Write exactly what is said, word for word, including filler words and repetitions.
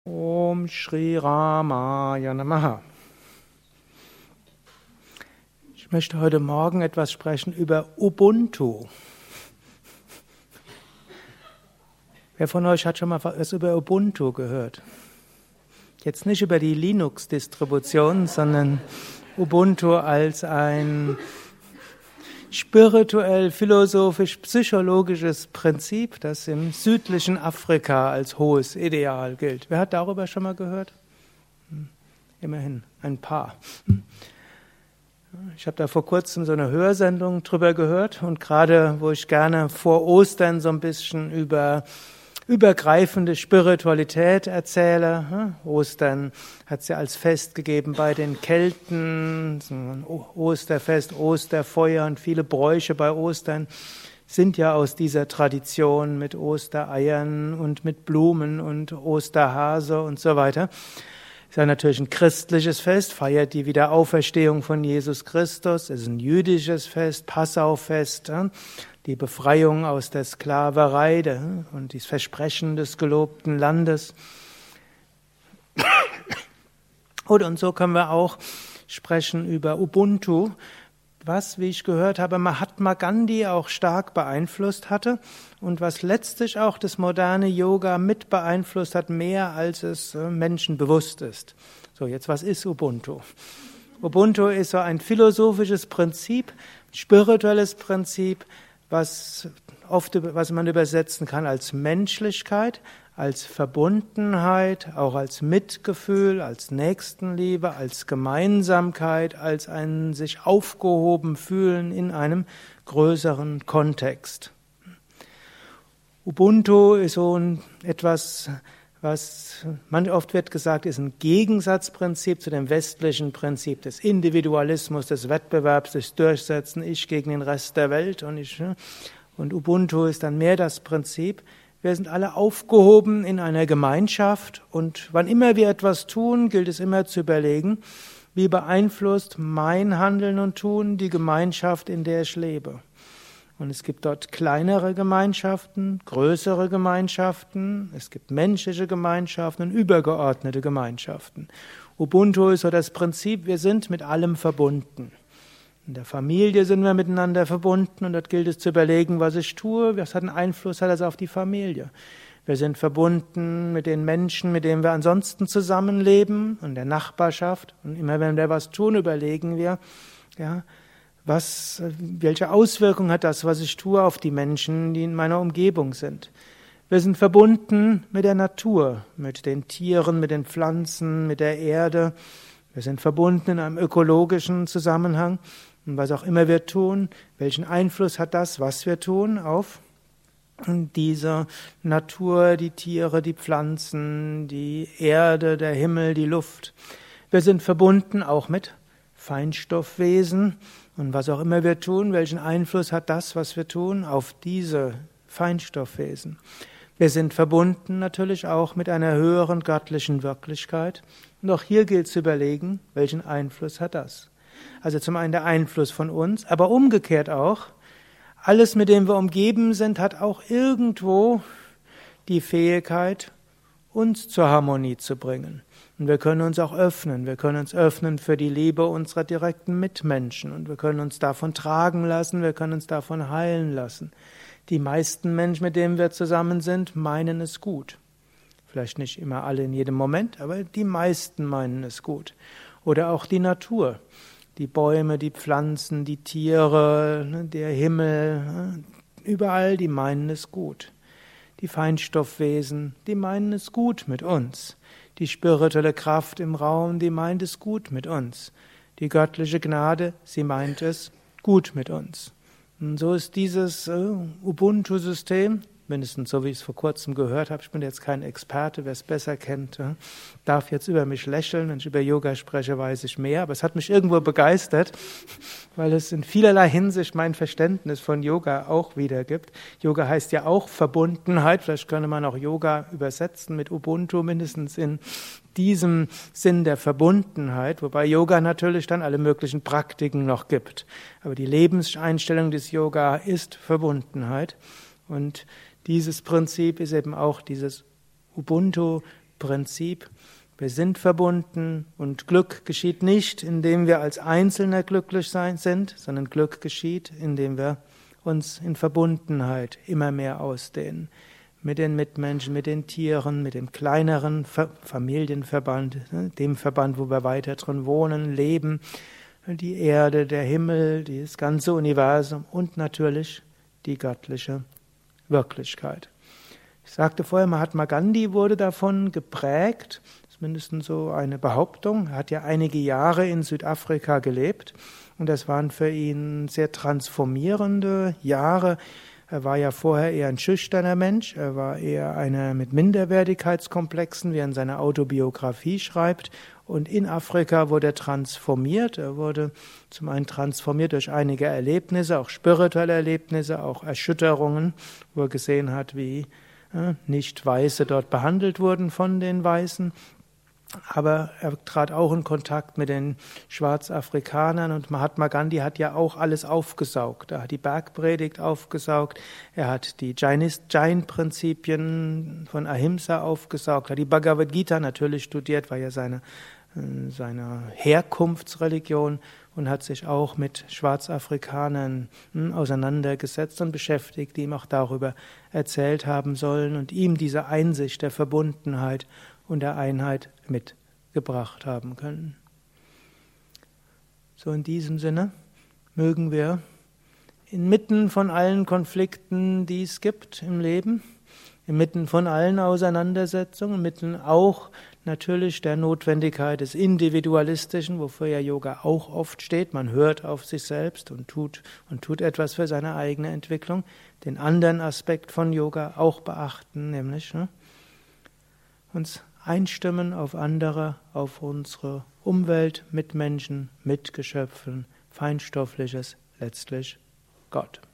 Om Shri Ramaya Namaha. Ich möchte heute Morgen etwas sprechen über Ubuntu. Wer von euch hat schon mal was über Ubuntu gehört? Jetzt nicht über die Linux-Distribution, sondern Ubuntu als ein spirituell, philosophisch, psychologisches Prinzip, das im südlichen Afrika als hohes Ideal gilt. Wer hat darüber schon mal gehört? Immerhin ein paar. Ich habe da vor kurzem so eine Hörsendung drüber gehört und gerade, wo ich gerne vor Ostern so ein bisschen über übergreifende Spiritualität erzähle. Ostern hat es ja als Fest gegeben bei den Kelten, Osterfest, Osterfeuer und viele Bräuche bei Ostern sind ja aus dieser Tradition mit Ostereiern und mit Blumen und Osterhase und so weiter. Es ist ja natürlich ein christliches Fest, feiert die Wiederauferstehung von Jesus Christus. Es ist ein jüdisches Fest, Passaufest, die Befreiung aus der Sklaverei und das Versprechen des gelobten Landes. Und so können wir auch sprechen über Ubuntu, was, wie ich gehört habe, Mahatma Gandhi auch stark beeinflusst hatte und was letztlich auch das moderne Yoga mit beeinflusst hat, mehr als es Menschen bewusst ist. So, jetzt was ist Ubuntu? Ubuntu ist so ein philosophisches Prinzip, spirituelles Prinzip, was oft, was man übersetzen kann als Menschlichkeit, als Verbundenheit, auch als Mitgefühl, als Nächstenliebe, als Gemeinsamkeit, als ein sich aufgehoben fühlen in einem größeren Kontext. Ubuntu ist so etwas, was man oft wird gesagt, ist ein Gegensatzprinzip zu dem westlichen Prinzip des Individualismus, des Wettbewerbs, des Durchsetzen, ich gegen den Rest der Welt und ich. Und Ubuntu ist dann mehr das Prinzip, wir sind alle aufgehoben in einer Gemeinschaft und wann immer wir etwas tun, gilt es immer zu überlegen, wie beeinflusst mein Handeln und Tun die Gemeinschaft, in der ich lebe. Und es gibt dort kleinere Gemeinschaften, größere Gemeinschaften, es gibt menschliche Gemeinschaften und übergeordnete Gemeinschaften. Ubuntu ist so das Prinzip, wir sind mit allem verbunden. In der Familie sind wir miteinander verbunden und dort gilt es zu überlegen, was ich tue, was hat einen Einfluss hat das auf die Familie. Wir sind verbunden mit den Menschen, mit denen wir ansonsten zusammenleben und der Nachbarschaft. Und immer wenn wir was tun, überlegen wir, ja, was, welche Auswirkungen hat das, was ich tue, auf die Menschen, die in meiner Umgebung sind. Wir sind verbunden mit der Natur, mit den Tieren, mit den Pflanzen, mit der Erde. Wir sind verbunden in einem ökologischen Zusammenhang. Und was auch immer wir tun, welchen Einfluss hat das, was wir tun, auf diese Natur, die Tiere, die Pflanzen, die Erde, der Himmel, die Luft. Wir sind verbunden auch mit Feinstoffwesen. Und was auch immer wir tun, welchen Einfluss hat das, was wir tun, auf diese Feinstoffwesen. Wir sind verbunden natürlich auch mit einer höheren göttlichen Wirklichkeit. Und auch hier gilt es zu überlegen, welchen Einfluss hat das. Also zum einen der Einfluss von uns, aber umgekehrt auch, alles, mit dem wir umgeben sind, hat auch irgendwo die Fähigkeit, uns zur Harmonie zu bringen. Und wir können uns auch öffnen. Wir können uns öffnen für die Liebe unserer direkten Mitmenschen. Und wir können uns davon tragen lassen, wir können uns davon heilen lassen. Die meisten Menschen, mit denen wir zusammen sind, meinen es gut. Vielleicht nicht immer alle in jedem Moment, aber die meisten meinen es gut. Oder auch die Natur. Die Bäume, die Pflanzen, die Tiere, der Himmel, überall, die meinen es gut. Die Feinstoffwesen, die meinen es gut mit uns. Die spirituelle Kraft im Raum, die meint es gut mit uns. Die göttliche Gnade, sie meint es gut mit uns. Und so ist dieses uh, Ubuntu-System, mindestens so wie ich es vor kurzem gehört habe, ich bin jetzt kein Experte, wer es besser kennt, uh, darf jetzt über mich lächeln, wenn ich über Yoga spreche, weiß ich mehr, aber es hat mich irgendwo begeistert, weil es in vielerlei Hinsicht mein Verständnis von Yoga auch wiedergibt. Yoga heißt ja auch Verbundenheit, vielleicht könnte man auch Yoga übersetzen mit Ubuntu, mindestens in diesem Sinn der Verbundenheit, wobei Yoga natürlich dann alle möglichen Praktiken noch gibt. Aber die Lebenseinstellung des Yoga ist Verbundenheit und dieses Prinzip ist eben auch dieses Ubuntu Prinzip. Wir sind verbunden und Glück geschieht nicht, indem wir als Einzelner glücklich sein sind, sondern Glück geschieht, indem wir uns in Verbundenheit immer mehr ausdehnen. Mit den Mitmenschen, mit den Tieren, mit dem kleineren Familienverband, dem Verband, wo wir weiter drin wohnen, leben, die Erde, der Himmel, das ganze Universum und natürlich die göttliche Wirklichkeit. Ich sagte vorher, Mahatma Gandhi wurde davon geprägt, das ist mindestens so eine Behauptung. Er hat ja einige Jahre in Südafrika gelebt und das waren für ihn sehr transformierende Jahre. Er war ja vorher eher ein schüchterner Mensch, er war eher einer mit Minderwertigkeitskomplexen, wie er in seiner Autobiografie schreibt. Und in Afrika wurde er transformiert. Er wurde zum einen transformiert durch einige Erlebnisse, auch spirituelle Erlebnisse, auch Erschütterungen, wo er gesehen hat, wie äh, Nicht-Weiße dort behandelt wurden von den Weißen. Aber er trat auch in Kontakt mit den Schwarzafrikanern und Mahatma Gandhi hat ja auch alles aufgesaugt. Er hat die Bergpredigt aufgesaugt, er hat die Jain-Prinzipien von Ahimsa aufgesaugt, er hat die Bhagavad Gita natürlich studiert, war ja seine, seine Herkunftsreligion und hat sich auch mit Schwarzafrikanern auseinandergesetzt und beschäftigt, die ihm auch darüber erzählt haben sollen und ihm diese Einsicht der Verbundenheit und der Einheit mitgebracht haben können. So in diesem Sinne mögen wir inmitten von allen Konflikten, die es gibt im Leben, inmitten von allen Auseinandersetzungen, inmitten auch natürlich der Notwendigkeit des Individualistischen, wofür ja Yoga auch oft steht, man hört auf sich selbst und tut, und tut etwas für seine eigene Entwicklung, den anderen Aspekt von Yoga auch beachten, nämlich ne, uns einstimmen auf andere, auf unsere Umwelt, Mitmenschen, Mitgeschöpfen, Feinstoffliches, letztlich Gott.